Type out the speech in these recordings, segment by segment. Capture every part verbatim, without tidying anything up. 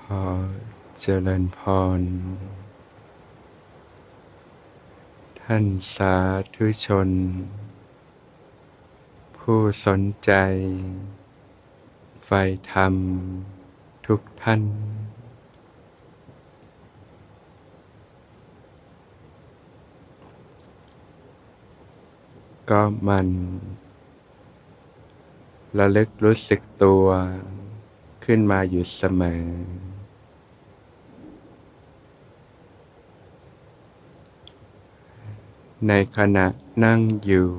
อเจริญพรท่านสาธุชนผู้สนใจใฝ่ธรรมทุกท่านก็มันระลึกรู้สึกตัวขึ้นมาอยู่เสมอในขณะนั่งอยู่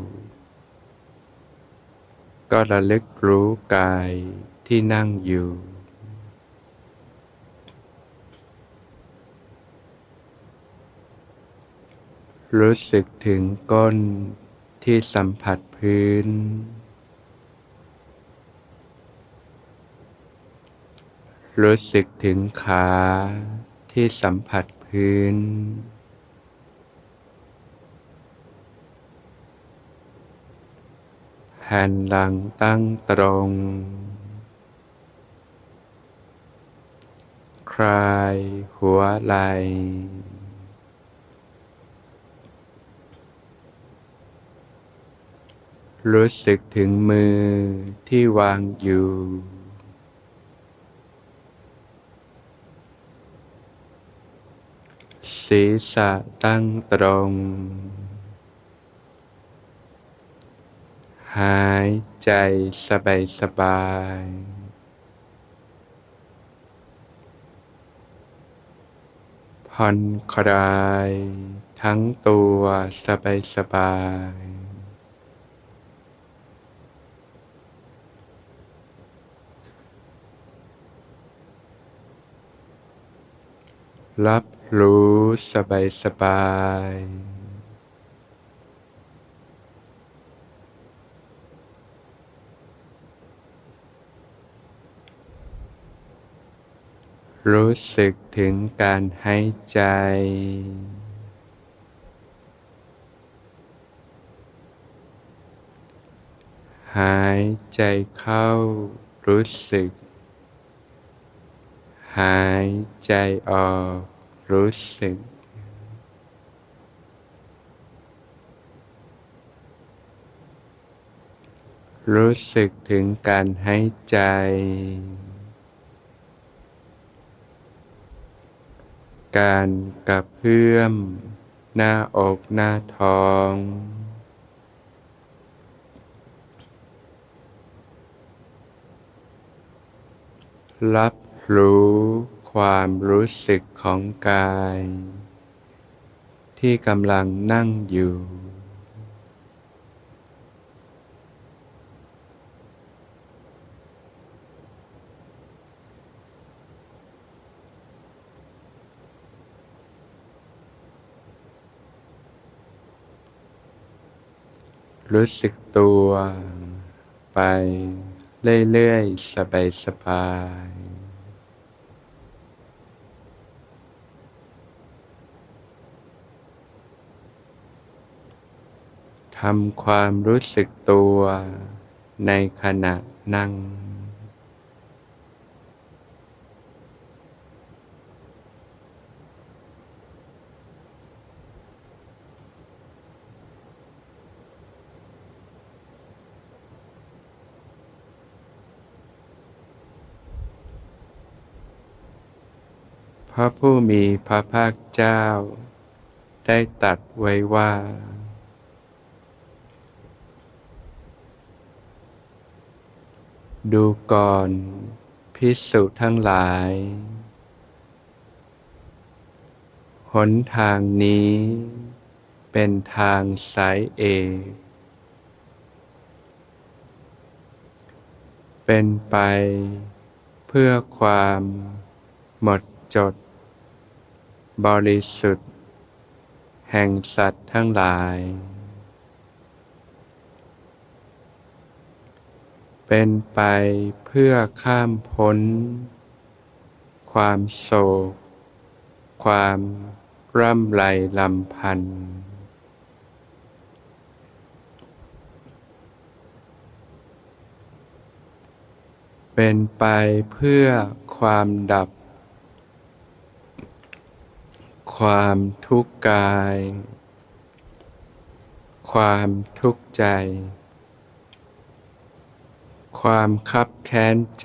ก็ระลึกรู้กายที่นั่งอยู่รู้สึกถึงก้นที่สัมผัสพื้นรู้สึกถึงขาที่สัมผัสพื้นแผ่นหลังตั้งตรงคลายหัวไหล่รู้สึกถึงมือที่วางอยู่ศีรษะตั้งตรงหายใจสบายสบายผ่อนคลายทั้งตัวสบายสบายรับรู้สบายสบายรู้สึกถึงการหายใจหายใจเข้ารู้สึกหายใจออกรู้สึกรู้สึกถึงการหายใจการกระเพื่อมหน้าอกหน้าท้องรับรู้ความรู้สึกของกายที่กำลังนั่งอยู่รู้สึกตัวไปเรื่อยๆสบายๆทำความรู้สึกตัวในขณะนั่งพระผู้มีพระภาคเจ้าได้ตรัสไว้ว่าดูก่อนภิกษุทั้งหลายหนทางนี้เป็นทางสายเอกเป็นไปเพื่อความหมดจดบริสุทธิ์แห่งสัตว์ทั้งหลายเป็นไปเพื่อข้ามพ้นความโศกความร่ำไรรำพันเป็นไปเพื่อความดับความทุกข์กาย ความทุกข์ใจ ความคับแค้นใจ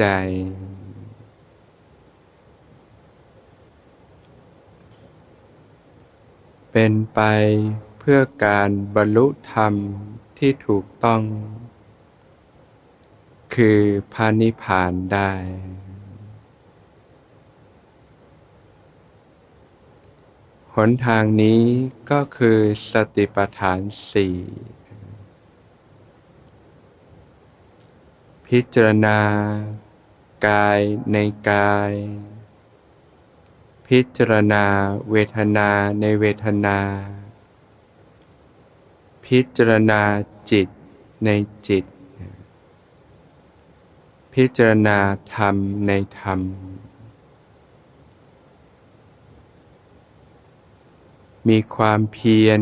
เป็นไปเพื่อการบรรลุธรรมที่ถูกต้อง คือพระนิพพานได้ หนทางนี้ก็คือสติปัฏฐานสี่ พิจารณากายในกาย พิจารณาเวทนาในเวทนา พิจารณาจิตในจิต พิจารณาธรรมในธรรม มีความเพียร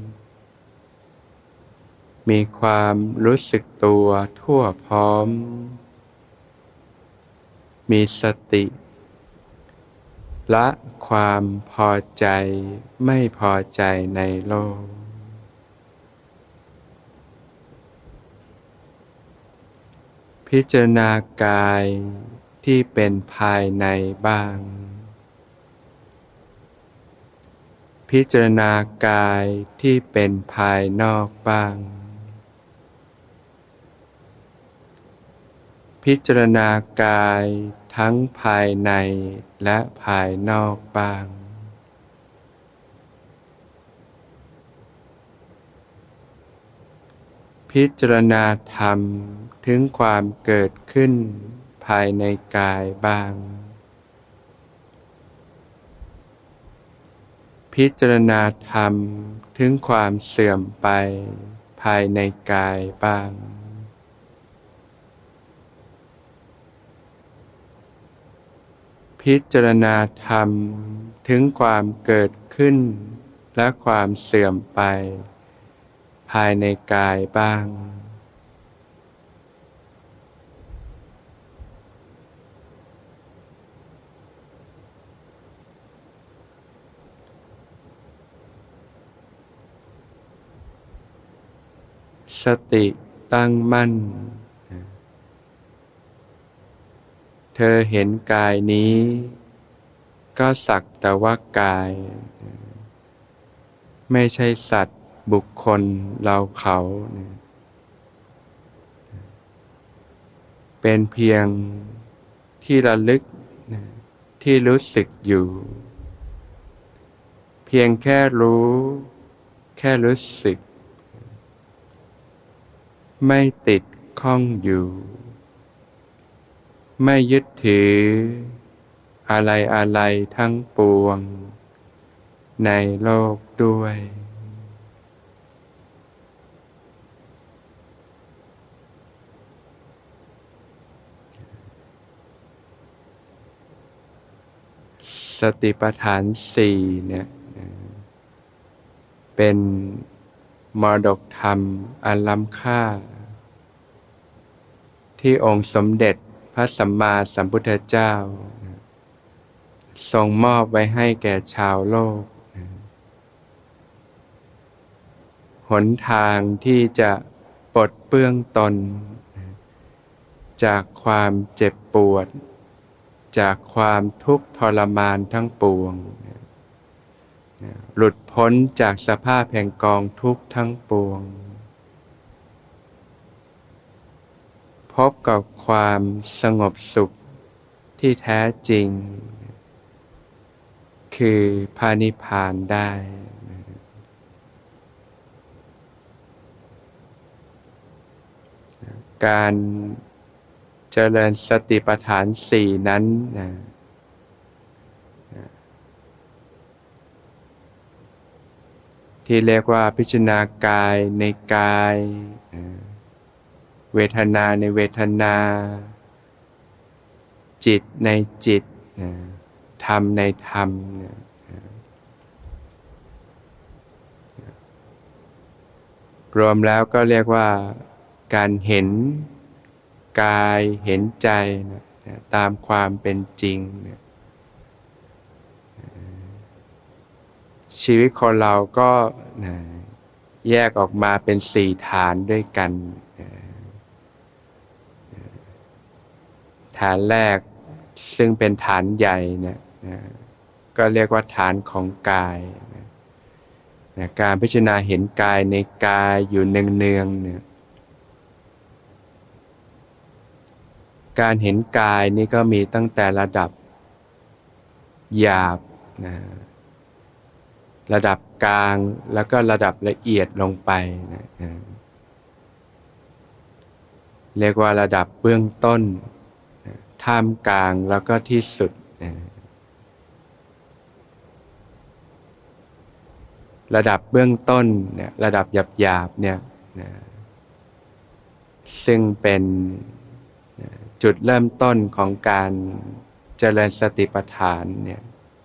มีความรู้สึกตัวทั่วพร้อม มีสติละความพอใจไม่พอใจในโลก พิจารณากายที่เป็นภายในบ้าง พิจารณากายที่เป็นภายนอกบ้าง พิจารณากายทั้งภายในและภายนอกบ้าง พิจารณาธรรมถึงความเกิดขึ้นภายในกายบ้าง พิจารณาธรรมถึงความเสื่อมไปภายในกายบ้าง พิจารณาธรรมถึงความเกิดขึ้นและความเสื่อมไปภายในกายบ้าง สติตั้งมั่น เธอเห็นกายนี้ก็สักแต่ว่ากาย ไม่ใช่สัตว์บุคคลเราเขา เป็นเพียงที่ระลึกที่รู้สึกอยู่ เพียงแค่รู้แค่รู้สึก ไม่ติดข้องอยู่ ไม่ยึดถืออะไรอะไรทั้งปวงในโลกด้วย สติปัฏฐานสี่เนี่ยเป็นมรดกธรรมอันล้ำค่า ที่องค์สมเด็จพระสัมมาสัมพุทธเจ้าทรงมอบไว้ให้แก่ชาวโลก หนทางที่จะปลดเปลื้องตนจากความเจ็บปวด จากความทุกข์ทรมานทั้งปวง หลุดพ้นจากสภาพแห่งกองทุกข์ทั้งปวง พบกับความสงบสุขที่แท้จริง คือพระนิพพานได้ การเจริญสติปัฏฐานสี่นั้นนะที่เรียกว่าพิจารณากายในกายเวทนาในเวทนาจิตในจิตธรรมในธรรมรวมแล้วก็เรียกว่าการเห็นกายเห็นใจตามความเป็นจริงชีวิตคนเราก็นะแยกออกมาเป็นสี่ฐานด้วยกันนะฐานแรกซึ่งเป็นฐานใหญ่เนี่ยนะก็เรียกว่าฐานของกายนะนะการพิจารณาเห็นกายในกายอยู่เนืองๆเนี่ยการเห็นกายนี่ก็มีตั้งแต่ระดับหยาบนะระดับกลางแล้วก็ระดับละเอียดลงไปนะนะเรียกว่าระดับเบื้องต้นนะท่ามกลางแล้วก็ที่สุดนะระดับเบื้องต้นเนี่ยระดับหยาบๆเนี่ยนะซึ่งเป็นนะจุดเริ่มต้นของการเจริญสติปัฏฐานเนี่ย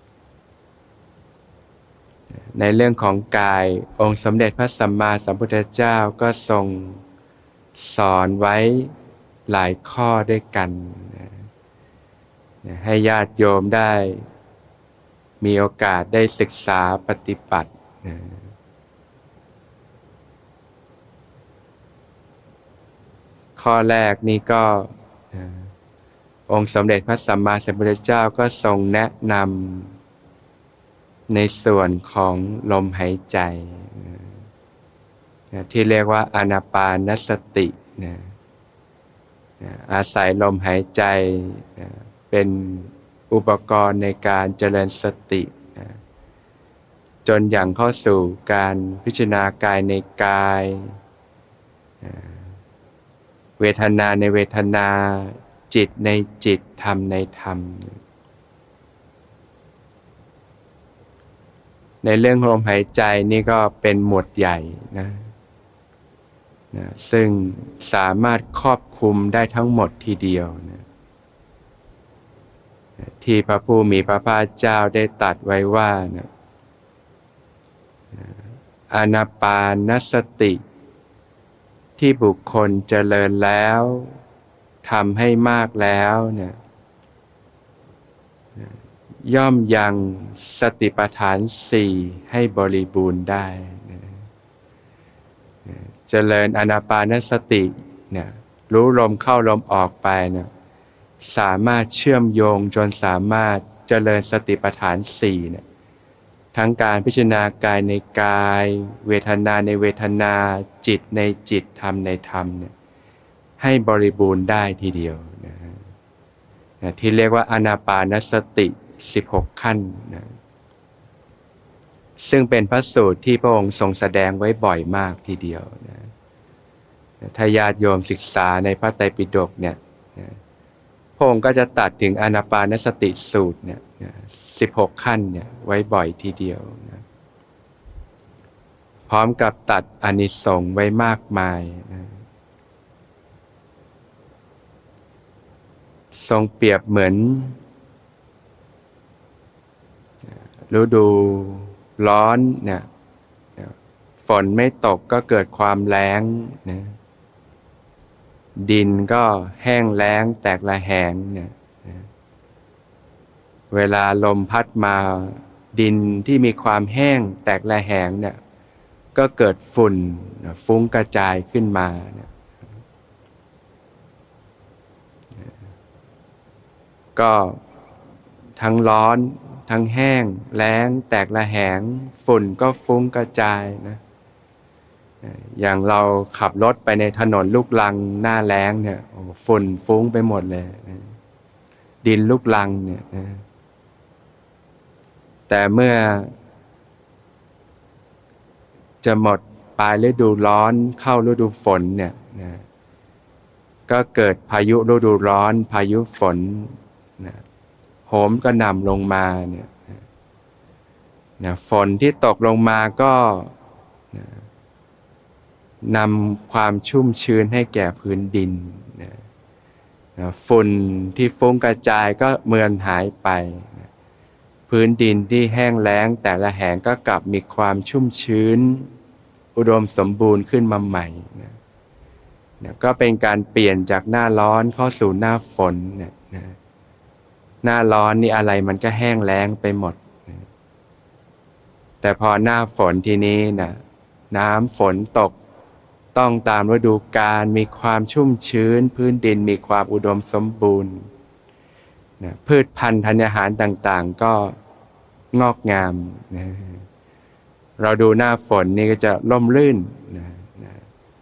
ในเรื่องของกายองค์สมเด็จพระสัมมาสัมพุทธเจ้าก็ทรงสอนไว้หลายข้อด้วยกันนะให้ญาติโยมได้มีโอกาสได้ศึกษาปฏิบัตินะข้อแรกนี่ก็นะองค์สมเด็จพระสัมมาสัมพุทธเจ้าก็ทรงแนะนำในส่วนของลมหายใจนะที่เรียกว่าอานาปานสตินะนะอาศัยลมหายใจนะเป็นอุปกรณ์ในการเจริญสตินะจนอย่างเข้าสู่การพิจารณากายในกายนะเวทนาในเวทนาจิตในจิตธรรมในธรรมในเรื่องลมหายใจนี่ก็เป็นหมวดใหญ่นะนะซึ่งสามารถครอบคลุมได้ทั้งหมดทีเดียวนะที่พระผู้มีพระภาคเจ้าได้ตรัสไว้ว่านะอานาปานสติที่บุคคลเจริญแล้วทำให้มากแล้วเนี่ยย่อมยังสติปัฏฐานสี่ให้บริบูรณ์ได้นะเจริญอานาปานสติเนี่ยรู้ลมเข้าลมออกไปเนี่ยสามารถเชื่อมโยงจนสามารถเจริญสติปัฏฐานสี่เนี่ยทั้งการพิจารณากายในกายเวทนาในเวทนาจิตในจิตธรรมในธรรมเนี่ยให้บริบูรณ์ได้ทีเดียวนะนะที่เรียกว่าอานาปานสติสิบหกขั้นนะซึ่งเป็นพระสูตรที่พระองค์ทรงแสดงไว้บ่อยมากทีเดียวนะถ้าญาติโยมศึกษาในพระไตรปิฎกเนี่ยนะพระองค์ก็จะตัดถึงอานาปานสติสูตรเนี่ยนะสิบหกขั้นเนี่ยไว้บ่อยทีเดียวนะพร้อมกับตัดอานิสงส์ไว้มากมายนะทรงเปรียบเหมือนฤดูร้อนเนี่ยฝนไม่ตกก็เกิดความแล้งนะดินก็แห้งแล้งแตกระแหงเนี่ยนะเวลาลมพัดมาดินที่มีความแห้งแตกระแหงเนี่ยก็เกิดฝุ่นนะฟุ้งกระจายขึ้นมานะก็ทั้งร้อนทั้งแห้งแล้งแตกระแหงฝุ่นก็ฟุ้งกระจายนะอย่างเราขับรถไปในถนนลูกรังหน้าแล้งเนี่ยฝุ่นฟุ้งไปหมดเลยนะดินลูกรังเนี่ยนะแต่เมื่อจะหมดปลายฤดูร้อนเข้าฤดูฝนเนี่ยนะก็เกิดพายุฤดูร้อนพายุฝนนะโหมกระหน่ำลงมาเนี่ยนะฝนที่ตกลงมาก็นะนำความชุ่มชื้นให้แก่พื้นดินนะนะฝุ่นที่ฟุ้งกระจายก็เมือนหายไปนะพื้นดินที่แห้งแล้งแต่ละแห่งก็กลับมีความชุ่มชื้นอุดมสมบูรณ์ขึ้นมาใหม่นะนะก็เป็นการเปลี่ยนจากหน้าร้อนเข้าสู่หน้าฝนนะนะหน้าร้อนนี่อะไรมันก็แห้งแล้งไปหมดนะแต่พอหน้าฝนทีนี้นะน้ำฝนตกต้องตามฤดูกาลมีความชุ่มชื้นพื้นดินมีความอุดมสมบูรณ์นะพืชพันธุ์ธัญญาหารต่างๆก็งอกงามนะเราดูหน้าฝนนี่ก็จะร่มรื่นนะนะ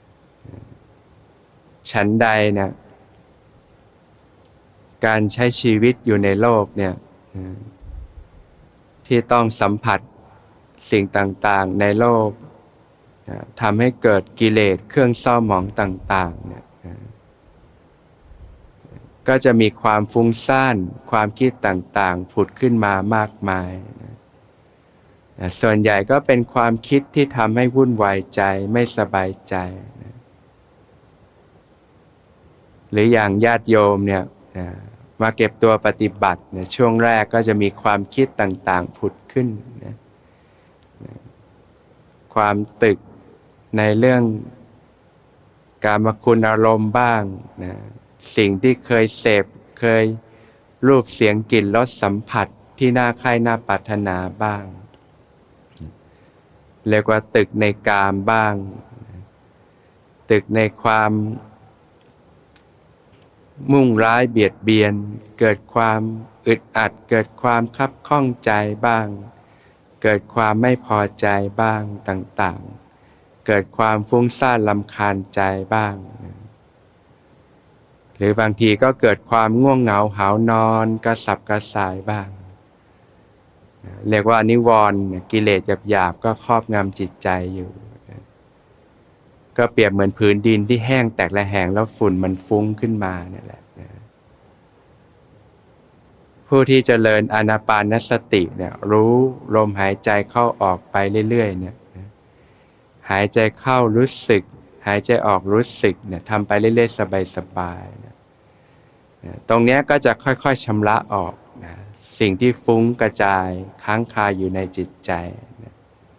ฉันใดนะการใช้ชีวิตอยู่ในโลกเนี่ยนะที่ต้องสัมผัสสิ่งต่างๆในโลกนะทำให้เกิดกิเลสเครื่องเศร้าหมองต่างๆเนี่ยนะก็จะมีความฟุ้งซ่านความคิดต่างๆผุดขึ้นมามากมายนะนะส่วนใหญ่ก็เป็นความคิดที่ทำให้วุ่นวายใจไม่สบายใจนะหรืออย่างญาติโยมเนี่ยนะมาเก็บตัวปฏิบัติเนี่ยช่วงแรกก็จะมีความคิดต่างๆผุดขึ้นนะนะความตึกในเรื่องกามคุณอารมณ์บ้างนะสิ่งที่เคยเสพเคยรูปเสียงกลิ่นรสสัมผัสที่น่าใคร่น่าปรารถนาบ้างเรียกว่าตึกในกามบ้างตึกในความมุ่งร้ายเบียดเบียนเกิดความอึดอัดเกิดความคับข้องใจบ้างเกิดความไม่พอใจบ้างต่างๆเกิดความฟุ้งซ่านรำคาญใจบ้างหรือบางทีก็เกิดความง่วงเหงาหาวนอนกระสับกระส่ายบ้างเรียกว่านิวรณ์กิเลสหยาบๆก็ครอบงำจิตใจอยู่ก็เปรียบเหมือนผืนดินที่แห้งแตกระแหงแล้วฝุ่นมันฟุ้งขึ้นมาเนี่ยแหละผู้ที่เจริญอานาปานสติเนี่ยรู้ลมหายใจเข้าออกไปเรื่อยๆเนี่ยหายใจเข้ารู้สึกหายใจออกรู้สึกเนี่ยทำไปเรื่อยๆสบายๆนะตรงนี้ก็จะค่อยๆชำระออกนะสิ่งที่ฟุ้งกระจายค้างคาอยู่ในจิตใจนะ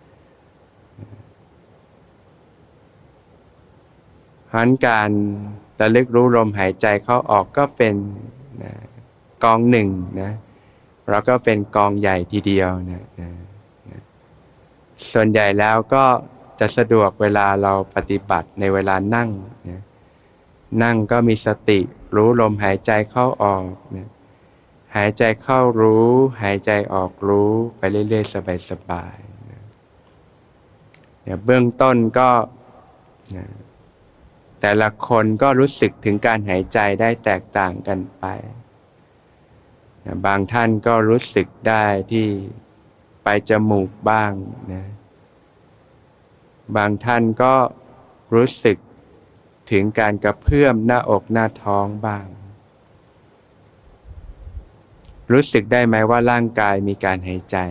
เพราะฉะนั้นการระลึกรู้ลมหายใจเข้าออกก็เป็นนะกองหนึ่งนะแล้วก็เป็นกองใหญ่ทีเดียวนะนะนะส่วนใหญ่แล้วก็จะสะดวกเวลาเราปฏิบัติในเวลานั่งนะนั่งก็มีสติรู้ลมหายใจเข้าออกนะหายใจเข้ารู้หายใจออกรู้ไปเรื่อยๆสบายๆนะเนี่ยเบื้องต้นก็นะแต่ละคนก็รู้สึกถึงการหายใจได้แตกต่างกันไปนะบางท่านก็รู้สึกได้ที่ปลายจมูกบ้างนะบางท่านก็รู้สึกถึงการกระเพื่อมหน้าอกหน้าท้องบ้างรู้สึกได้ไหมว่าร่างกายมีการหายใจ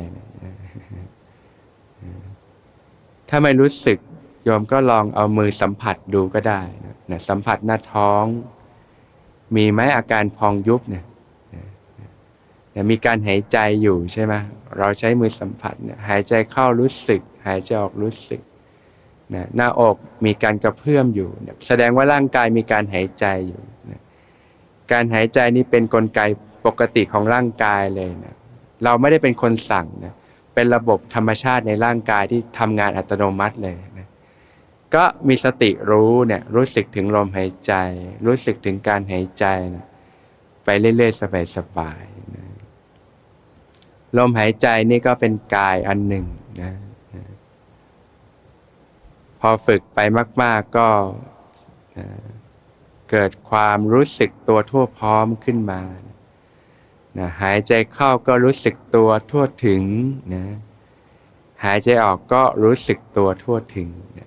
ถ้าไม่รู้สึกโยมก็ลองเอามือสัมผัสดูก็ได้นะสัมผัสหน้าท้องมีไหมอาการพองยุบเนี่ยมีการหายใจอยู่ใช่ไหมเราใช้มือสัมผัสเนี่ยหายใจเข้ารู้สึกหายใจออกรู้สึกนะหน้าอกมีการกระเพื่อมอยู่นะแสดงว่าร่างกายมีการหายใจอยู่นะการหายใจนี่เป็นกลไกปกติของร่างกายเลยนะเราไม่ได้เป็นคนสั่งนะเป็นระบบธรรมชาติในร่างกายที่ทำงานอัตโนมัติเลยนะก็มีสติรู้เนี่ยรู้สึกถึงลมหายใจรู้สึกถึงการหายใจนะไปเรื่อยๆสบายๆนะลมหายใจนี่ก็เป็นกายอันหนึ่งนะนะพอฝึกไปมากๆก็นะเกิดความรู้สึกตัวทั่วพร้อมขึ้นมานะหายใจเข้าก็รู้สึกตัวทั่วถึงนะหายใจออกก็รู้สึกตัวทั่วถึงนะ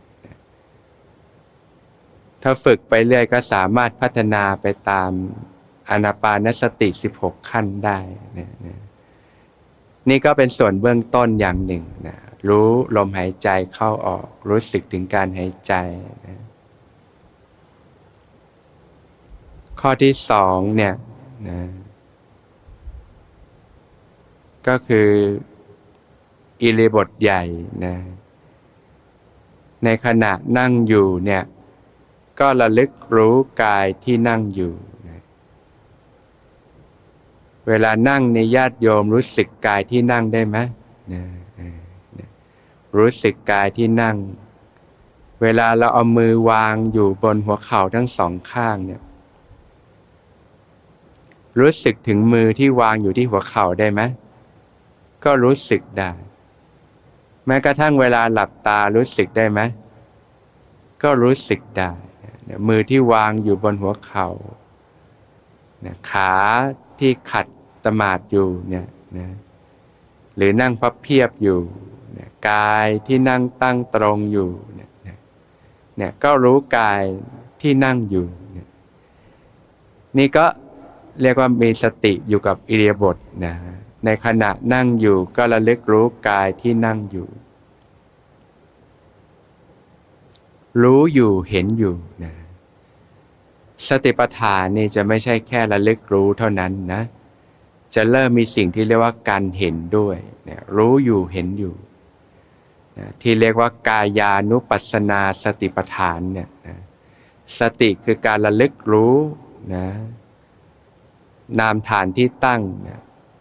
ถ้าฝึกไปเรื่อยก็สามารถพัฒนาไปตามอานาปานสติสิบหกขั้นได้นะนะนี่ก็เป็นส่วนเบื้องต้นอย่างหนึ่งนะรู้ลมหายใจเข้าออกรู้สึกถึงการหายใจนะข้อที่สองเนี่ยนะก็คืออิริยาบถใหญ่นะในขณะนั่งอยู่เนี่ยก็ระลึกรู้กายที่นั่งอยู่นะเวลานั่งในญาติโยมรู้สึกกายที่นั่งได้ไหมนะนะรู้สึกกายที่นั่งเวลาเราเอามือวางอยู่บนหัวเข่าทั้งสองข้างเนี่ยรู้สึกถึงมือที่วางอยู่ที่หัวเข่าได้ไหมก็รู้สึกได้แม้กระทั่งเวลาหลับตารู้สึกได้ไหมก็รู้สึกได้มือที่วางอยู่บนหัวเข่าขาที่ขัดตมาดอยู่เนี่ยนะหรือนั่งพับเพียบอยู่เนี่ยกายที่นั่งตั้งตรงอยู่เนี่ยเนี่ยก็รู้กายที่นั่งอยู่เนี่ยนี่ก็เรียกว่ามีสติอยู่กับอิริยาบถนะในขณะนั่งอยู่ก็ระลึกรู้กายที่นั่งอยู่รู้อยู่เห็นอยู่นะสติปัฏฐานนี่จะไม่ใช่แค่ระลึกรู้เท่านั้นนะจะเริ่มมีสิ่งที่เรียกว่าการเห็นด้วยนะรู้อยู่เห็นอยู่นะที่เรียกว่ากายานุปัสสนาสติปัฏฐานเนี่ยนะสติคือการระลึกรู้นะนามฐานที่ตั้งนะ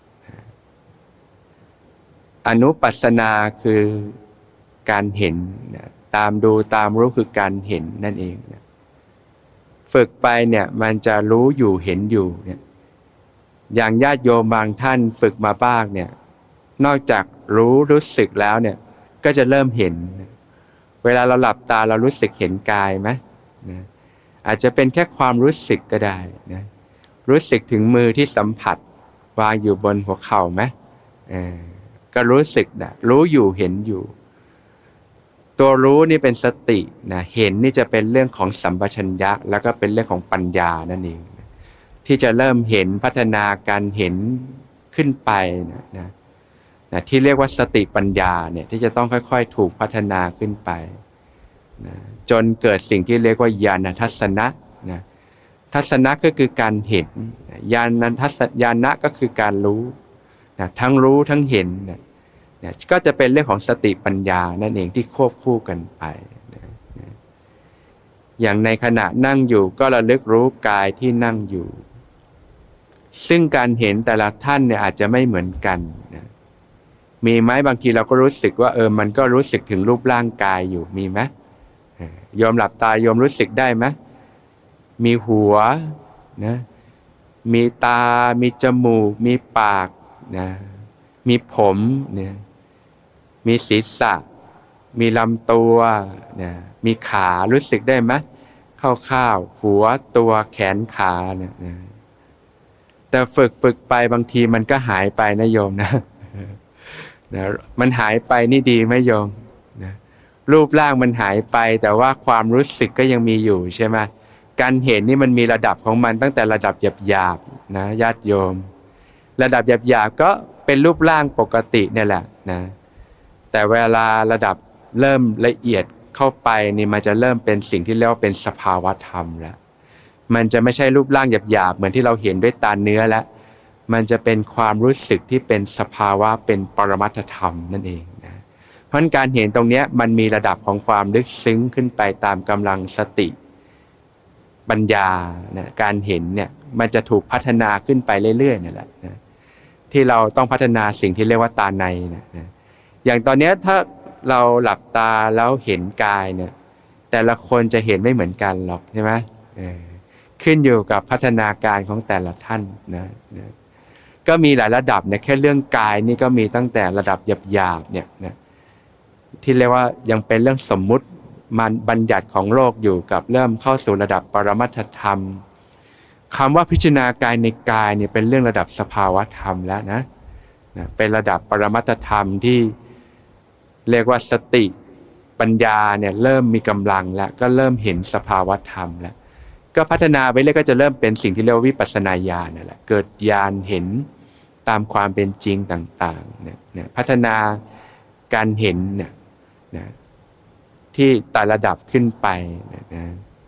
อนุปัสสนาคือการเห็นนะตามดูตามรู้คือการเห็นนั่นเองนะฝึกไปเนี่ยมันจะรู้อยู่เห็นอยู่เนี่ยอย่างญาติโยมบางท่านฝึกมาบ้างเนี่ยนอกจากรู้รู้สึกแล้วเนี่ยก็จะเริ่มเห็นเวลาเราหลับตาเรารู้สึกเห็นกายไหมนะอาจจะเป็นแค่ความรู้สึกก็ได้นะรู้สึกถึงมือที่สัมผัสวางอยู่บนหัวเข่าไหมเออก็รู้สึกนะรู้อยู่เห็นอยู่ตัวรู้นี่เป็นสตินะเห็นนี่จะเป็นเรื่องของสัมปชัญญะแล้วก็เป็นเรื่องของปัญญานั่นเองนะที่จะเริ่มเห็นพัฒนาการเห็นขึ้นไปนะนะนะที่เรียกว่าสติปัญญาเนี่ยที่จะต้องค่อยๆถูกพัฒนาขึ้นไปนะจนเกิดสิ่งที่เรียกว่าญาณทัศนะนะทัศนะก็คือการเห็นญาณทัศญาณะก็คือการรู้นะทั้งรู้ทั้งเห็นนะนะก็จะเป็นเรื่องของสติปัญญานั่นเองที่ควบคู่กันไปนะนะอย่างในขณะนั่งอยู่ก็ระลึกรู้กายที่นั่งอยู่ซึ่งการเห็นแต่ละท่านเนี่ยอาจจะไม่เหมือนกันนะมีไหมบางทีเราก็รู้สึกว่าเออมันก็รู้สึกถึงรูปร่างกายอยู่มีไหมโยมหลับตาโยมรู้สึกได้ไหมมีหัวนะมีตามีจมูกมีปากนะมีผมเนี่ยมีศีรษะมีลำตัวนะมีขารู้สึกได้ไหมคร่าวๆหัวตัวแขนขาเนี่ยนะแต่ฝึกฝึกไปบางทีมันก็หายไปนะโยมนะนะมันหายไปนี่ดีไหมโยมนะรูปร่างมันหายไปแต่ว่าความรู้สึกก็ยังมีอยู่ใช่ไหมการเห็นนี่มันมีระดับของมันตั้งแต่ระดับหยาบๆนะญาติโยมระดับหยาบๆก็เป็นรูปร่างปกติเนี่ยแหละนะแต่เวลาระดับเริ่มละเอียดเข้าไปนี่มันจะเริ่มเป็นสิ่งที่เรียกว่าเป็นสภาวะธรรมแล้วมันจะไม่ใช่รูปร่างหยาบๆเหมือนที่เราเห็นด้วยตาเนื้อแล้วมันจะเป็นความรู้สึกที่เป็นสภาวะเป็นปรมัตถธรรมนั่นเองนะเพราะการเห็นตรงนี้มันมีระดับของความลึกซึ้งขึ้นไปตามกำลังสติปัญญานะการเห็นเนี่ยมันจะถูกพัฒนาขึ้นไปเรื่อยๆนี่แหละนะที่เราต้องพัฒนาสิ่งที่เรียกว่าตาในนะนะอย่างตอนนี้ถ้าเราหลับตาแล้วเห็นกายเนี่ยแต่ละคนจะเห็นไม่เหมือนกันหรอกใช่ไหมเออขึ้นอยู่กับพัฒนาการของแต่ละท่านนะนะก็มีหลายระดับเนี่ยแค่เรื่องกายนี่ก็มีตั้งแต่ระดับหยาบๆเนี่ยนะที่เรียกว่ายังเป็นเรื่องสมมุติมันบัญญัติของโลกอยู่กับเริ่มเข้าสู่ระดับปรมัตถธรรมคำว่าพิจารณากายในกายเนี่ยเป็นเรื่องระดับสภาวะธรรมแล้วนะนะเป็นระดับปรมัตถธรรมที่เรียกว่าสติปัญญาเนี่ยเริ่มมีกำลังแล้วก็เริ่มเห็นสภาวะธรรมแล้วก็พัฒนาไปเรื่อยก็จะเริ่มเป็นสิ่งที่เรียกว่าวิปัสสนาญาณนั่นแหละเกิดญาณเห็นตามความเป็นจริงต่างๆเนี่ยนะพัฒนาการเห็นเนี่ยนะที่แต่ระดับขึ้นไปนะนะ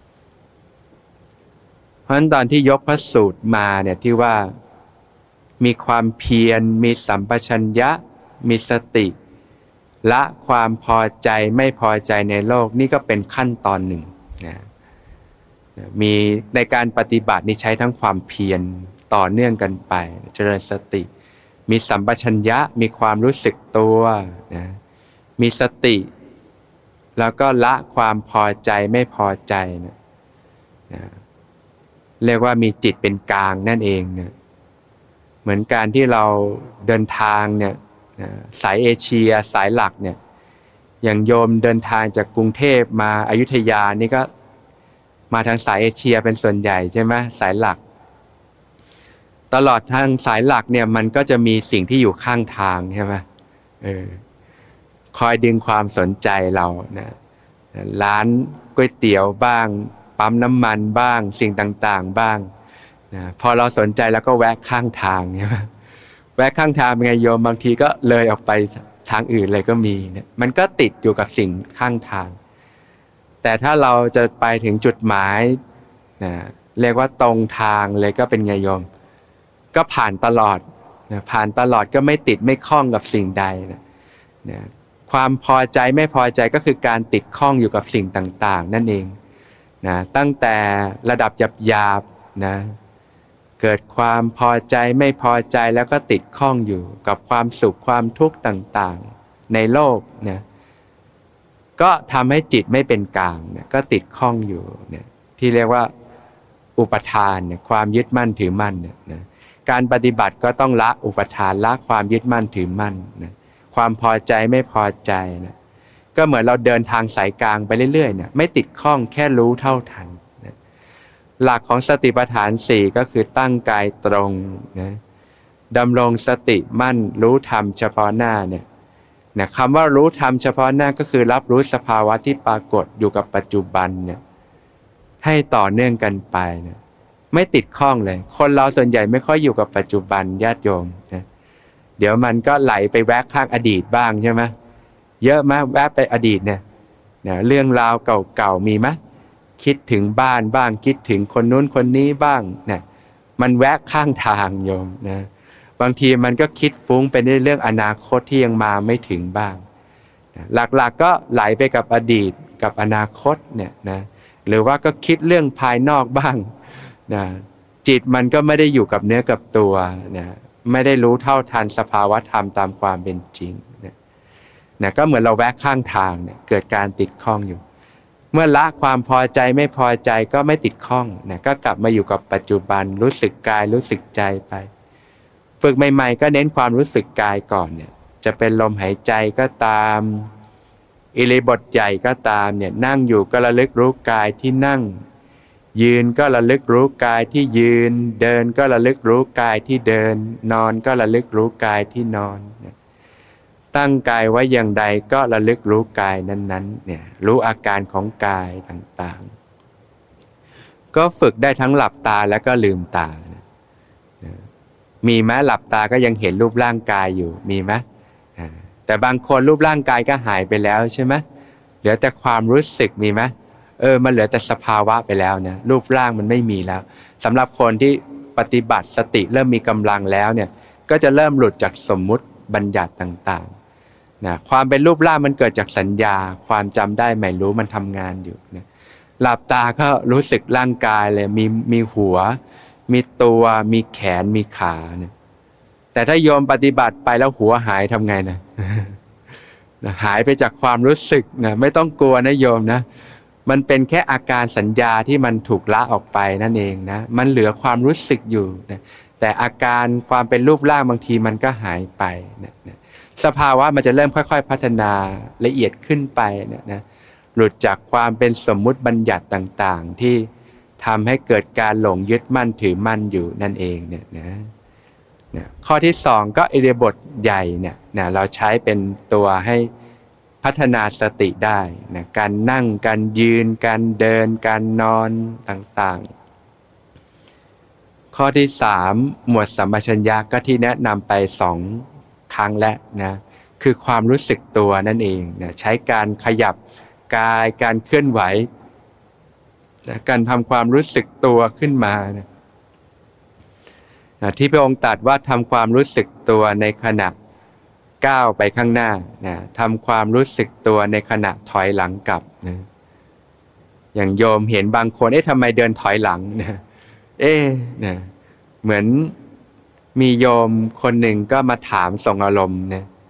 เพราะฉะนั้นตอนที่ยกพระสูตรมาเนี่ยที่ว่ามีความเพียรมีสัมปชัญญะมีสติละความพอใจไม่พอใจในโลกนี่ก็เป็นขั้นตอนหนึ่งนะมีในการปฏิบัตินี่ใช้ทั้งความเพียรต่อเนื่องกันไปเจริญสติมีสัมปชัญญะมีความรู้สึกตัวนะมีสติแล้วก็ละความพอใจไม่พอใจนะนะเรียกว่ามีจิตเป็นกลางนั่นเองนะเหมือนการที่เราเดินทางเนี่ยนะสายเอเชียสายหลักเนี่ยอย่างโยมเดินทางจากกรุงเทพมาอยุธยานี่ก็มาทางสายเอเชียเป็นส่วนใหญ่ใช่ไหมสายหลักตลอดทางสายหลักเนี่ยมันก็จะมีสิ่งที่อยู่ข้างทางใช่ไหมเออคอยดึงความสนใจเรานะร้านก๋วยเตี๋ยวบ้างปั๊มน้ำมันบ้างสิ่งต่างๆบ้างนะพอเราสนใจแล้วก็แวะข้างทางใช่ไหมแวะข้างทางเป็นไงโยมบางทีก็เลยออกไปทางอื่นเลยก็มีเนี่ยมันก็ติดอยู่กับสิ่งข้างทางแต่ถ้าเราจะไปถึงจุดหมายนะเรียกว่าตรงทางเลยก็เป็นไงโยมก็ผ่านตลอดนะผ่านตลอดก็ไม่ติดไม่คล้องกับสิ่งใดนะนะความพอใจไม่พอใจก็คือการติดข้องอยู่กับสิ่งต่างๆนั่นเองนะตั้งแต่ระดับหยาบๆนะเกิดความพอใจไม่พอใจแล้วก็ติดข้องอยู่กับความสุขความทุกข์ต่างๆในโลกนะก็ทำให้จิตไม่เป็นกลางนะก็ติดข้องอยู่เนี่ยที่เรียกว่าอุปทานเนี่ยความยึดมั่นถือมั่นเนี่ยนะการปฏิบัติก็ต้องละอุปทานละความยึดมั่นถือมั่นนะความพอใจไม่พอใจนะก็เหมือนเราเดินทางสายกลางไปเรื่อยๆเนี่ยไม่ติดข้องแค่รู้เท่าทันนะหลักของสติปัฏฐานสี่ก็คือตั้งกายตรงนะดำรงสติมั่นรู้ธรรมเฉพาะหน้าเนี่ยนะคำว่ารู้ธรรมเฉพาะหน้าก็คือรับรู้สภาวะที่ปรากฏอยู่กับปัจจุบันเนี่ยให้ต่อเนื่องกันไปนะไม่ติดข้องเลยคนเราส่วนใหญ่ไม่ค่อยอยู่กับปัจจุบันญาติโยมนะเดี๋ยวมันก็ไหลไปแวะข้างอดีตบ้างใช่ไหมเยอะมากแวะไปอดีตเนี่ยนะเรื่องราวเก่าๆมีไหมคิดถึงบ้านบ้างคิดถึงคนนู้นคนนี้บ้างนะมันแวะข้างทางโยมนะบางทีมันก็คิดฟุ้งไปในเรื่องอนาคตที่ยังมาไม่ถึงบ้างนะหลักๆ ก, ก็ไหลไปกับอดีตกับอนาคตเนี่ยนะหรือว่าก็คิดเรื่องภายนอกบ้างนะจิตมันก็ไม่ได้อยู่กับเนื้อกับตัวนะไม่ได้รู้เท่าทันสภาวะธรรมตามความเป็นจริงนะนะก็เหมือนเราแวะข้างทางเนี่ยเกิดการติดข้องอยู่เมื่อละความพอใจไม่พอใจก็ไม่ติดข้องนะก็กลับมาอยู่กับปัจจุบันรู้สึกกายรู้สึกใจไปฝึกใหม่ๆก็เน้นความรู้สึกกายก่อนเนี่ยจะเป็นลมหายใจก็ตามอิริบทใหญ่ก็ตามเนี่ยนั่งอยู่ก็ระลึกรู้กายที่นั่งยืนก็ระลึกรู้กายที่ยืนเดินก็ระลึกรู้กายที่เดินนอนก็ระลึกรู้กายที่นอนตั้งกายไว้อย่างใดก็ระลึกรู้กายนั้นๆเนี่ยรู้อาการของกายต่างๆก็ฝึกได้ทั้งหลับตาแล้วก็ลืมตามีไหมหลับตาก็ยังเห็นรูปร่างกายอยู่มีไหมแต่บางคนรูปร่างกายก็หายไปแล้วใช่ไหมเหลือแต่ความรู้สึกมีไหมเออมันเหลือแต่สภาวะไปแล้วนะรูปร่างมันไม่มีแล้วสำหรับคนที่ปฏิบัติสติเริ่มมีกำลังแล้วเนี่ยก็จะเริ่มหลุดจากสมมุติบัญญัติต่างๆนะความเป็นรูปร่างมันเกิดจากสัญญาความจำได้ไม่รู้มันทำงานอยู่นะหลับตาก็รู้สึกร่างกายเลยมีมีหัวมีตัวมีแขนมีขาเนี่ยแต่ถ้าโยมปฏิบัติไปแล้วหัวหายทำไงนะ หายไปจากความรู้สึกนะไม่ต้องกลัวนะโยมนะมันเป็นแค่อาการสัญญาที่มันถูกละออกไปนั่นเองนะมันเหลือความรู้สึกอยู่นะแต่อาการความเป็นรูปร่างบางทีมันก็หายไปนะนะสภาวะมันจะเริ่มค่อยๆพัฒนาละเอียดขึ้นไปนะนะหลุดจากความเป็นสมมุติบัญญัติต่างๆที่ทำให้เกิดการหลงยึดมั่นถือมั่นอยู่นั่นเองเนี่ยนะนะข้อที่สองก็อิริยาบถใหญ่เนี่ยนะเราใช้เป็นตัวให้พัฒนาสติได้นะการนั่งการยืนการเดินการนอนต่างๆข้อที่สามหมวดสัมปชัญญะก็ที่แนะนำไปสองครั้งแล้วนะคือความรู้สึกตัวนั่นเองนะใช้การขยับกายการเคลื่อนไหวนะการทำความรู้สึกตัวขึ้นมานะนะที่พระองค์ตรัสว่าทำความรู้สึกตัวในขณะก้าวไปข้างหน้านะทำความรู้สึกตัวในขณะถอยหลังกลับนะอย่างโยมเห็นบางคนเอ๊ะทำไมเดินถอยหลังนะเอ๊ะนะเหมือนมีโยมคนหนึ่งก็มาถามส่งอารมณ์นะ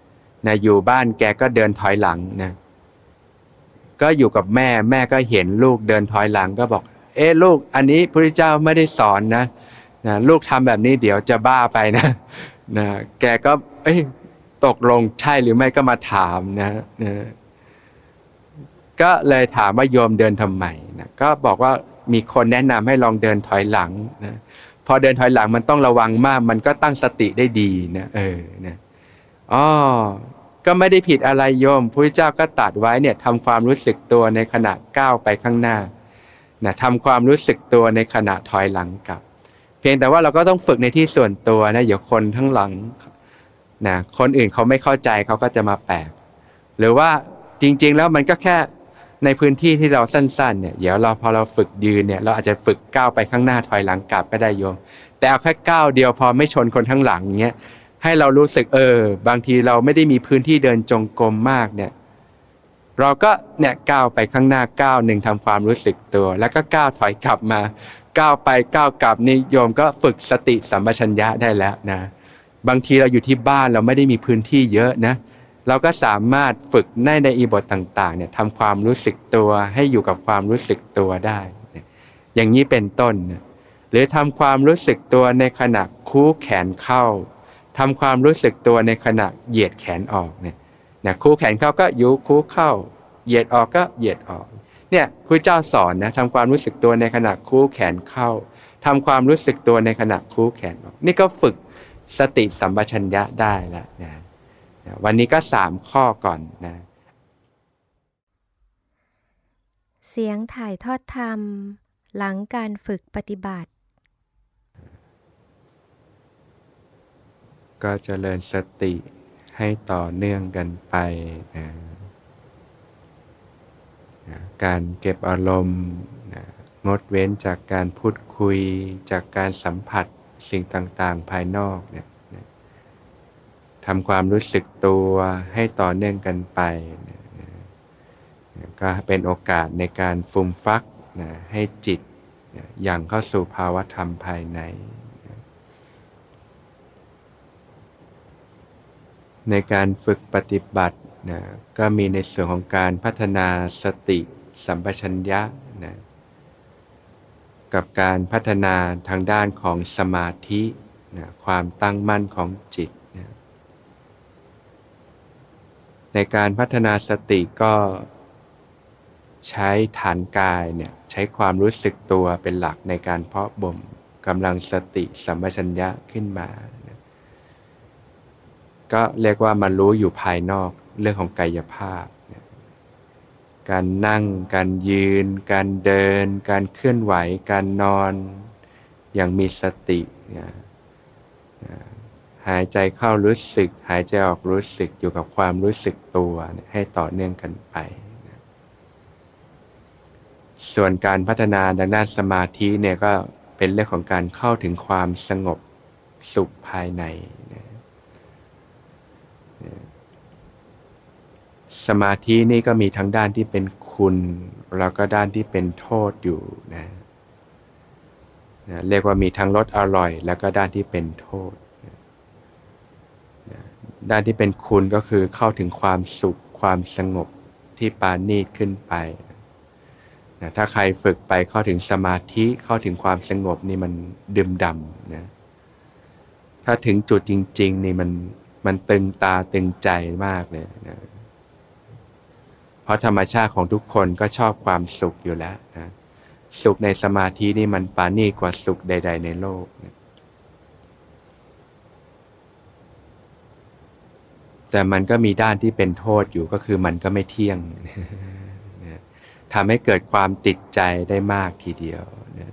นะอยู่บ้านแกก็เดินถอยหลังนะก็อยู่กับแม่แม่ก็เห็นลูกเดินถอยหลังก็บอกเอ๊ะลูกอันนี้พระพุทธเจ้าไม่ได้สอนนะนะลูกทำแบบนี้เดี๋ยวจะบ้าไปนะนะแกก็เอ้ยตกลงใช่หรือไม่ก็มาถามนะนะก็เลยถามว่าโยมเดินทำไมนะก็บอกว่ามีคนแนะนำให้ลองเดินถอยหลังนะพอเดินถอยหลังมันต้องระวังมากมันก็ตั้งสติได้ดีนะเออนะอ๋อก็ไม่ได้ผิดอะไรโยมพระพุทธเจ้าก็ตรัสไว้เนี่ยทำความรู้สึกตัวในขณะก้าวไปข้างหน้านะทำความรู้สึกตัวในขณะถอยหลังกลับเพียงแต่ว่าเราก็ต้องฝึกในที่ส่วนตัวนะอย่าคนทั้งหลังนะคนอื่นเขาไม่เข้าใจเขาก็จะมาแปลกหรือว่าจริงๆแล้วมันก็แค่ในพื้นที่ที่เราสั้นๆเนี่ยเดี๋ยวเราพอเราฝึกยืนเนี่ยเราอาจจะฝึกก้าวไปข้างหน้าถอยหลังกลับก็ได้โยมแต่เอาแค่ก้าวเดียวพอไม่ชนคนข้างหลังเงี้ยให้เรารู้สึกเออบางทีเราไม่ได้มีพื้นที่เดินจงกรมมากเนี่ยเราก็เนี่ยก้าวไปข้างหน้าก้าวหนึ่งทำความรู้สึกตัวแล้วก็ก้าวถอยกลับมาก้าวไปก้าวกลับนี่โยมก็ฝึกสติสัมปชัญญะได้แล้วนะบางทีเราอยู่ที่บ้านเราไม่ได้มีพื้นที่เยอะนะเราก็สามารถฝึกในในอิบทต่างๆเนี่ยทำความรู้สึกตัวให้อยู่กับความรู้สึกตัวได้อย่างนี้เป็นต้นหรือทำความรู้สึกตัวในขณะคู้แขนเข้าทำความรู้สึกตัวในขณะเหยียดแขนออกเนี่ยนะคู้แขนเข้าก็ยุคู้เข้าเหยียดออกก็เหยียดออกเนี่ยพระเจ้าสอนนะทำความรู้สึกตัวในขณะคู้แขนเข้าทำความรู้สึกตัวในขณะคู้แขนออกนี่ก็ฝึกสติสัมปชัญญะได้แล้วนะวันนี้ก็สามข้อก่อนนะเสียงถ่ายทอดธรรมหลังการฝึกปฏิบัติก็เจริญสติให้ต่อเนื่องกันไปนะนะการเก็บอารมณ์นะงดเว้นจากการพูดคุยจากการสัมผัสสิ่งต่างๆภายนอกเนี่ยนะทำความรู้สึกตัวให้ต่อเนื่องกันไปนะนะนะก็เป็นโอกาสในการฟูมฟักนะให้จิตนะอย่างเข้าสู่ภาวะธรรมภายในในการฝึกปฏิบัตินะก็มีในส่วนของการพัฒนาสติสัมปชัญญะนะกับการพัฒนาทางด้านของสมาธินะความตั้งมั่นของจิตนะในการพัฒนาสติก็ใช้ฐานกายเนี่ยใช้ความรู้สึกตัวเป็นหลักในการเพาะบ่มกำลังสติสัมปชัญญะขึ้นมาก็เรียกว่ามารู้อยู่ภายนอกเรื่องของกายภาพการนั่งการยืนการเดินการเคลื่อนไหวการนอนอย่างมีสติหายใจเข้ารู้สึกหายใจออกรู้สึกอยู่กับความรู้สึกตัวให้ต่อเนื่องกันไปส่วนการพัฒนาทางด้านสมาธิเนี่ยก็เป็นเรื่องของการเข้าถึงความสงบสุขภายในสมาธินี่ก็มีทั้งด้านที่เป็นคุณแล้วก็ด้านที่เป็นโทษอยู่นะนะเรียกว่ามีทั้งรสอร่อยแล้วก็ด้านที่เป็นโทษนะนะด้านที่เป็นคุณก็คือเข้าถึงความสุขความสงบที่ปราณีตขึ้นไปนะถ้าใครฝึกไปเข้าถึงสมาธิเข้าถึงความสงบนี่มันดื่มด่ำนะถ้าถึงจุดจริงๆนี่มันมันตึงตาตึงใจมากเลยนะเพราะธรรมชาติของทุกคนก็ชอบความสุขอยู่แล้วนะสุขในสมาธินี่มันปราณีตกว่าสุขใดๆในโลกนะแต่มันก็มีด้านที่เป็นโทษอยู่ก็คือมันก็ไม่เที่ยงนะทำให้เกิดความติดใจได้มากทีเดียวนะ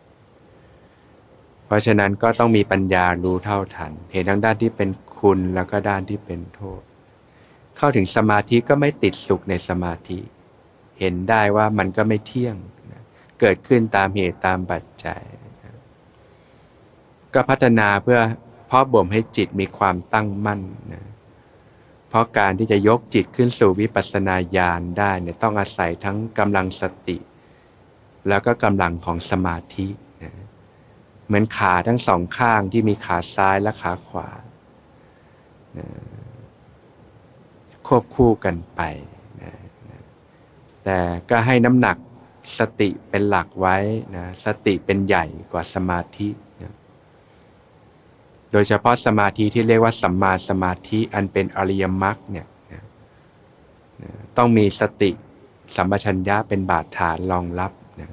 เพราะฉะนั้นก็ต้องมีปัญญารู้เท่าทันเห็นทั้งด้านที่เป็นคุณแล้วก็ด้านที่เป็นโทษเข้าถึงสมาธิก็ไม่ติดสุขในสมาธิเห็นได้ว่ามันก็ไม่เที่ยงนะเกิดขึ้นตามเหตุตามปัจจัยนะก็พัฒนาเพื่อเพาะบ่มให้จิตมีความตั้งมั่นนะเพราะการที่จะยกจิตขึ้นสู่วิปัสสนาญาณได้เนี่ยต้องอาศัยทั้งกำลังสติแล้วก็กำลังของสมาธินะเหมือนขาทั้งสองข้างที่มีขาซ้ายและขาขวานะควบคู่กันไปนะนะแต่ก็ให้น้ำหนักสติเป็นหลักไว้นะสติเป็นใหญ่กว่าสมาธินะโดยเฉพาะสมาธิที่เรียกว่าสัมมาสมาธิอันเป็นอริยมรรคเนี่ยนะนะต้องมีสติสัมปชัญญะเป็นบาดฐานรองรับนะ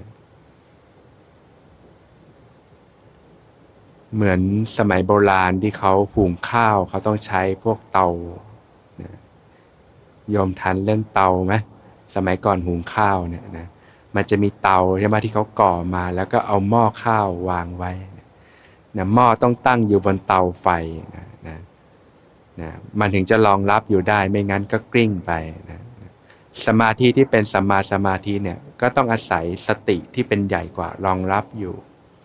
เหมือนสมัยโบราณที่เขาหุงข้าวเขาต้องใช้พวกเตานะโยมทันเรื่องเตาไหมสมัยก่อนหุงข้าวเนี่ยนะมันจะมีเตาใช่ไหมที่เขาก่อมาแล้วก็เอาหม้อข้าววางไว้นะหม้อต้องตั้งอยู่บนเตาไฟนะนะนะมันถึงจะรองรับอยู่ได้ไม่งั้นก็กลิ้งไปนะสมาธิที่เป็นสัมมาสมาธิเนี่ยก็ต้องอาศัยสติที่เป็นใหญ่กว่ารองรับอยู่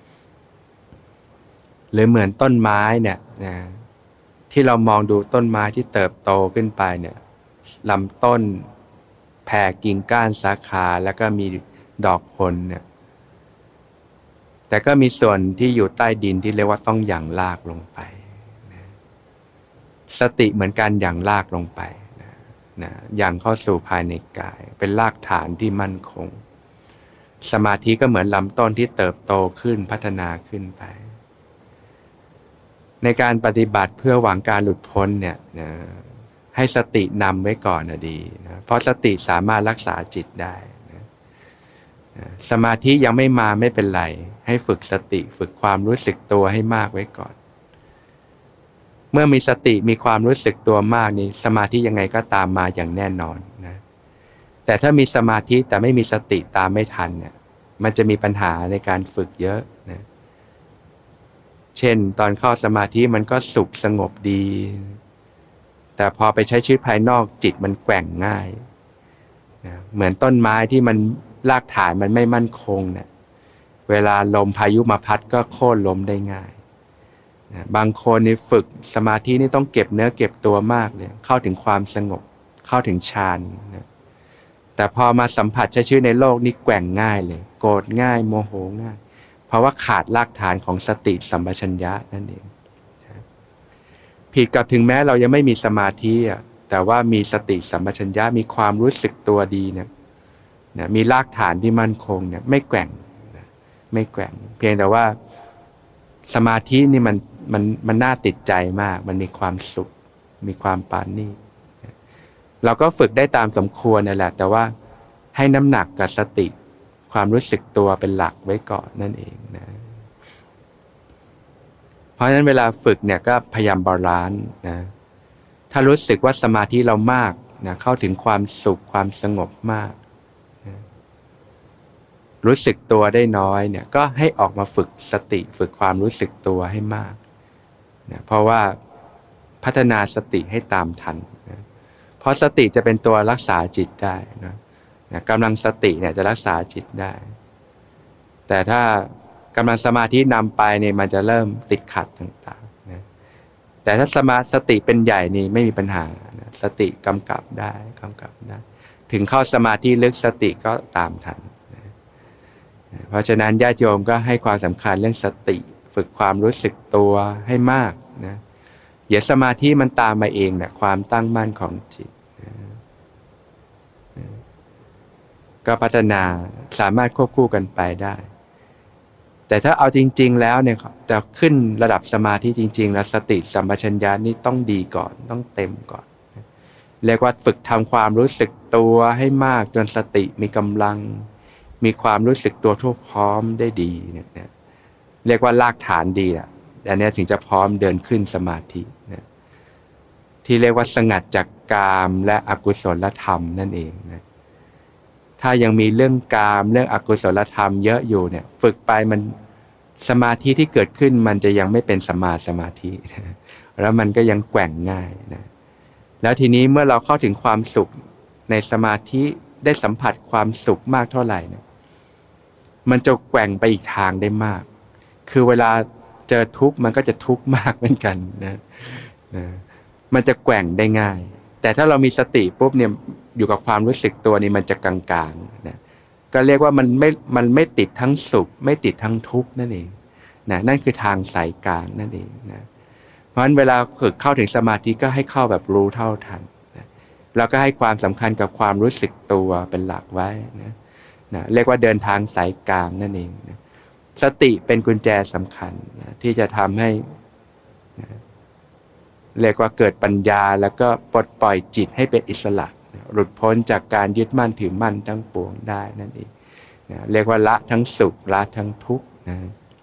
หรือเหมือนต้นไม้เนี่ยนะที่เรามองดูต้นไม้ที่เติบโตขึ้นไปเนี่ยลำต้นแผ่กิ่งก้านสาขาแล้วก็มีดอกผลเนี่ยแต่ก็มีส่วนที่อยู่ใต้ดินที่เรียกว่าต้องหยั่งรากลงไปนะสติเหมือนการหยั่งรากลงไปนะนะหยั่งเข้าสู่ภายในกายเป็นรากฐานที่มั่นคงสมาธิก็เหมือนลำต้นที่เติบโตขึ้นพัฒนาขึ้นไปในการปฏิบัติเพื่อหวังการหลุดพ้นเนี่ยนะให้สตินำไว้ก่อนนะดีนะเพราะสติสามารถรักษาจิตได้นะนะสมาธิยังไม่มาไม่เป็นไรให้ฝึกสติฝึกความรู้สึกตัวให้มากไว้ก่อนเมื่อมีสติมีความรู้สึกตัวมากนี่สมาธิยังไงก็ตามมาอย่างแน่นอนนะแต่ถ้ามีสมาธิแต่ไม่มีสติตามไม่ทันเนี่ยมันจะมีปัญหาในการฝึกเยอะนะเช่นตอนเข้าสมาธิมันก็สุขสงบดีแต่พอไปใช้ชีวิตภายนอกจิตมันแกว่งง่ายนะเหมือนต้นไม้ที่มันรากฐานมันไม่มั่นคงเนี่ยเวลาลมพายุมาพัดก็โค่นล้มได้ง่ายนะบางคนนี่ฝึกสมาธินี่ต้องเก็บเนื้อเก็บตัวมากเลยเข้าถึงความสงบเข้าถึงฌานนะแต่พอมาสัมผัสใช้ชีวิตในโลกนี่แกว่งง่ายเลยโกรธง่ายโมโหง่ายเพราะว่าขาดรากฐานของสติสัมปชัญญะนั่นเองผิดกับถึงแม้เรายังไม่มีสมาธิอ่ะแต่ว่ามีสติสัมปชัญญะมีความรู้สึกตัวดีเนี่ยนะมีรากฐานที่มั่นคงเนี่ยไม่แกว่งนะไม่แกว่งเพียงแต่ว่าสมาธินี่มันมันมันน่าติดใจมากมันมีความสุขมีความปราณีตนะเราก็ฝึกได้ตามสมควรนั่นแหละแต่ว่าให้น้ำหนักกับสติความรู้สึกตัวเป็นหลักไว้ก่อนนั่นเองนะเพราะฉะนั้นเวลาฝึกเนี่ยก็พยายามบาลานซ์นะถ้ารู้สึกว่าสมาธิเรามากนะเข้าถึงความสุขความสงบมากนะรู้สึกตัวได้น้อยเนี่ยก็ให้ออกมาฝึกสติฝึกความรู้สึกตัวให้มากนะเพราะว่าพัฒนาสติให้ตามทันนะเพราะสติจะเป็นตัวรักษาจิตได้นะนะกำลังสติเนี่ยจะรักษาจิตได้แต่ถ้ากำลังสมาธินำไปเนี่ยมันจะเริ่มติดขัดต่างๆนะแต่ถ้าสมาสติเป็นใหญ่นี่ไม่มีปัญหานะสติกำกับได้กำกับได้ถึงเข้าสมาธิลึกสติก็ตามทันนะนะเพราะฉะนั้นญาติโยมก็ให้ความสำคัญเรื่องสติฝึกความรู้สึกตัวให้มากนะอย่าสมาธิมันตามมาเองนะความตั้งมั่นของจิตนะนะก็พัฒนาสามารถควบคู่กันไปได้แต่ถ้าเอาจริงๆแล้วเนี่ยจะขึ้นระดับสมาธิจริงๆแล้วสติสัมปชัญญะนี่ต้องดีก่อนต้องเต็มก่อนเรียกว่าฝึกทำความรู้สึกตัวให้มากจนสติมีกำลังมีความรู้สึกตัวทั่วพร้อมได้ดีเนี่ยเรียกว่ารากฐานดีอ่ะอันนี้ถึงจะพร้อมเดินขึ้นสมาธินะที่เรียกว่าสงัดจากกามและอกุศลธรรมนั่นเองนะถ้ายังมีเรื่องกามเรื่องอกุศลธรรมเยอะอยู่เนี่ยฝึกไปมันสมาธิที่เกิดขึ้นมันจะยังไม่เป็นสมาสมาธิแล้วมันก็ยังแกว่งง่ายนะแล้วทีนี้เมื่อเราเข้าถึงความสุขในสมาธิได้สัมผัสความสุขมากเท่าไหร่เนี่ยมันจะแกว่งไปอีกทางได้มากคือเวลาเจอทุกข์มันก็จะทุกข์มากเหมือนกันนะนะมันจะแกว่งได้ง่ายแต่ถ้าเรามีสติปุ๊บเนี่ยอยู่กับความรู้สึกตัวนี้มันจะกลางๆนะก็เรียกว่ามันไม่มันไม่ติดทั้งสุขไม่ติดทั้งทุกข์นั่นเองนะนั่นคือทางสายกลางนั่นเองนะเพราะฉะนั้นเวลาฝึกเข้าถึงสมาธิก็ให้เข้าแบบรู้เท่าทันนะแล้วก็ให้ความสำคัญกับความรู้สึกตัวเป็นหลักไว้นะนะเรียกว่าเดินทางสายกลางนั่นเองนะสติเป็นกุญแจสำคัญนะที่จะทำให้นะเรียกว่าเกิดปัญญาแล้วก็ปลดปล่อยจิตให้เป็นอิสระนะหลุดพ้นจากการยึดมั่นถือมั่นทั้งปวงได้นั่นเองนะเรียกว่าละทั้งสุขละทั้งทุกข์นะ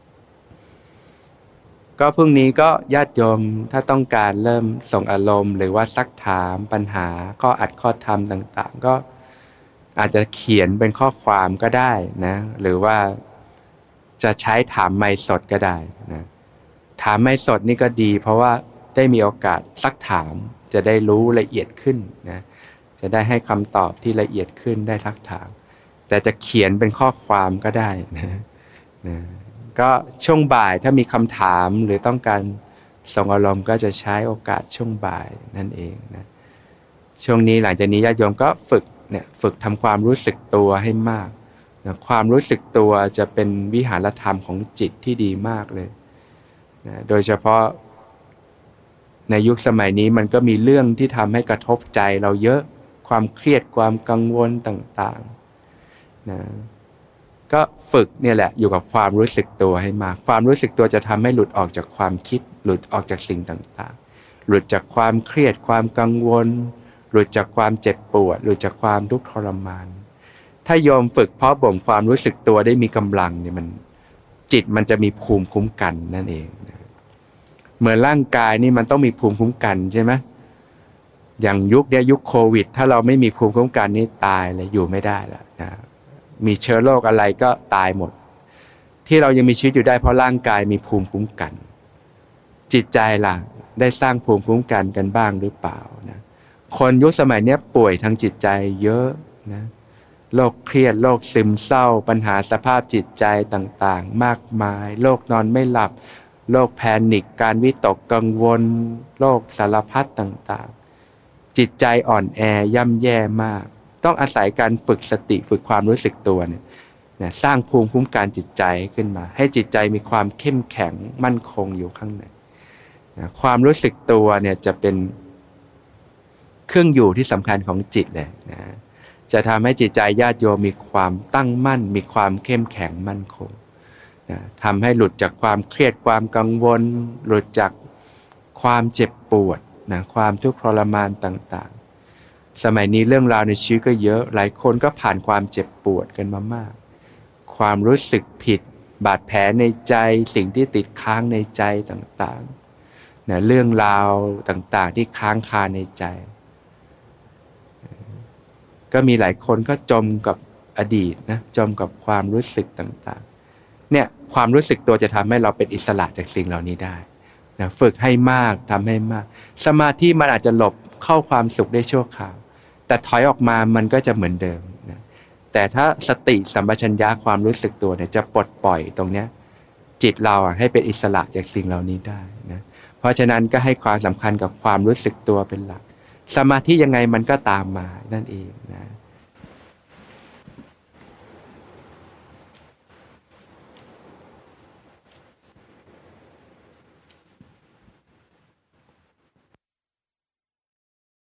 ก็พรุ่งนี้ก็ญาติโยมถ้าต้องการเริ่มส่งอารมณ์หรือว่าซักถามปัญหาข้ออัดข้อธรรมต่างๆก็อาจจะเขียนเป็นข้อความก็ได้นะหรือว่าจะใช้ถามไมค์สดก็ได้นะถามไมค์สดนี่ก็ดีเพราะว่าได้มีโอกาสซักถามจะได้รู้ละเอียดขึ้นนะจะได้ให้คำตอบที่ละเอียดขึ้นได้ซักถามแต่จะเขียนเป็นข้อความก็ได้นะนะก็ช่วงบ่ายถ้ามีคำถามหรือต้องการส่งอารมณ์ก็จะใช้โอกาสช่วงบ่ายนั่นเองนะช่วงนี้หลังจากนี้ญาติโยมก็ฝึกเนี่ยฝึกทำความรู้สึกตัวให้มากนะความรู้สึกตัวจะเป็นวิหารธรรมของจิตที่ดีมากเลยนะโดยเฉพาะในยุคสมัยนี้มันก็มีเรื่องที่ทำให้กระทบใจเราเยอะความเครียดความกังวลต่างๆนะก็ฝึกเนี่ยแหละอยู่กับความรู้สึกตัวให้มากความรู้สึกตัวจะทำให้หลุดออกจากความคิดหลุดออกจากสิ่งต่างๆหลุดจากความเครียดความกังวลหลุดจากความเจ็บปวดหลุดจากความทุกข์ทรมานถ้าโยมฝึกเพาะบ่มความรู้สึกตัวได้มีกำลังเนี่ยมันจิตมันจะมีภูมิคุ้มกันนั่นเองนะเหมือนร่างกายนี่มันต้องมีภูมิคุ้มกันใช่ไหมอย่างยุคเนี้ยยุคโควิดถ้าเราไม่มีภูมิคุ้มกันนี่ตายเลยอยู่ไม่ได้แล้วนะมีเชื้อโรคอะไรก็ตายหมดที่เรายังมีชีวิตอยู่ได้เพราะร่างกายมีภูมิคุ้มกันจิตใจล่ะได้สร้างภูมิคุ้มกันกันบ้างหรือเปล่านะคนยุคสมัยนี้ป่วยทางจิตใจเยอะนะโรคเครียดโรคซึมเศร้าปัญหาสภาพจิตใจต่างๆมากมายโรคนอนไม่หลับโรคแพนิคการวิตกกังวลโรคสารพัดต่างๆจิตใจอ่อนแอย่ำแย่มากต้องอาศัยการฝึกสติฝึกความรู้สึกตัวเนี่ยนะสร้างภูมิคุ้มกันจิตใจขึ้นมาให้จิตใจมีความเข้มแข็งมั่นคงอยู่ข้างในนะความรู้สึกตัวเนี่ยจะเป็นเครื่องอยู่ที่สำคัญของจิตเลยนะจะทำให้จิตใจญาติโยมมีความตั้งมั่นมีความเข้มแข็งมั่นคงนะทำให้หลุดจากความเครียดความกังวลหลุดจากความเจ็บปวดนะความทุกข์ทรมานต่างๆสมัยนี้เรื่องราวในชีวิตก็เยอะหลายคนก็ผ่านความเจ็บปวดกันมามากความรู้สึกผิดบาดแผลในใจสิ่งที่ติดค้างในใจต่างๆนะเรื่องราวต่างๆที่ค้างคาในใจก็มีหลายคนก็จมกับอดีตนะจมกับความรู้สึกต่างๆเนี่ยความรู้สึกตัวจะทำให้เราเป็นอิสระจากสิ่งเหล่านี้ได้นะฝึกให้มากทำให้มากสมาธิมันอาจจะหลบเข้าความสุขได้ชั่วคราวแต่ถอยออกมามันก็จะเหมือนเดิมนะแต่ถ้าสติสัมปชัญญะความรู้สึกตัวเนี่ยจะปลดปล่อยตรงเนี้ยจิตเราให้เป็นอิสระจากสิ่งเหล่านี้ได้นะเพราะฉะนั้นก็ให้ความสำคัญกับความรู้สึกตัวเป็นหลักสมาธิยังไงมันก็ตามมานั่นเองนะ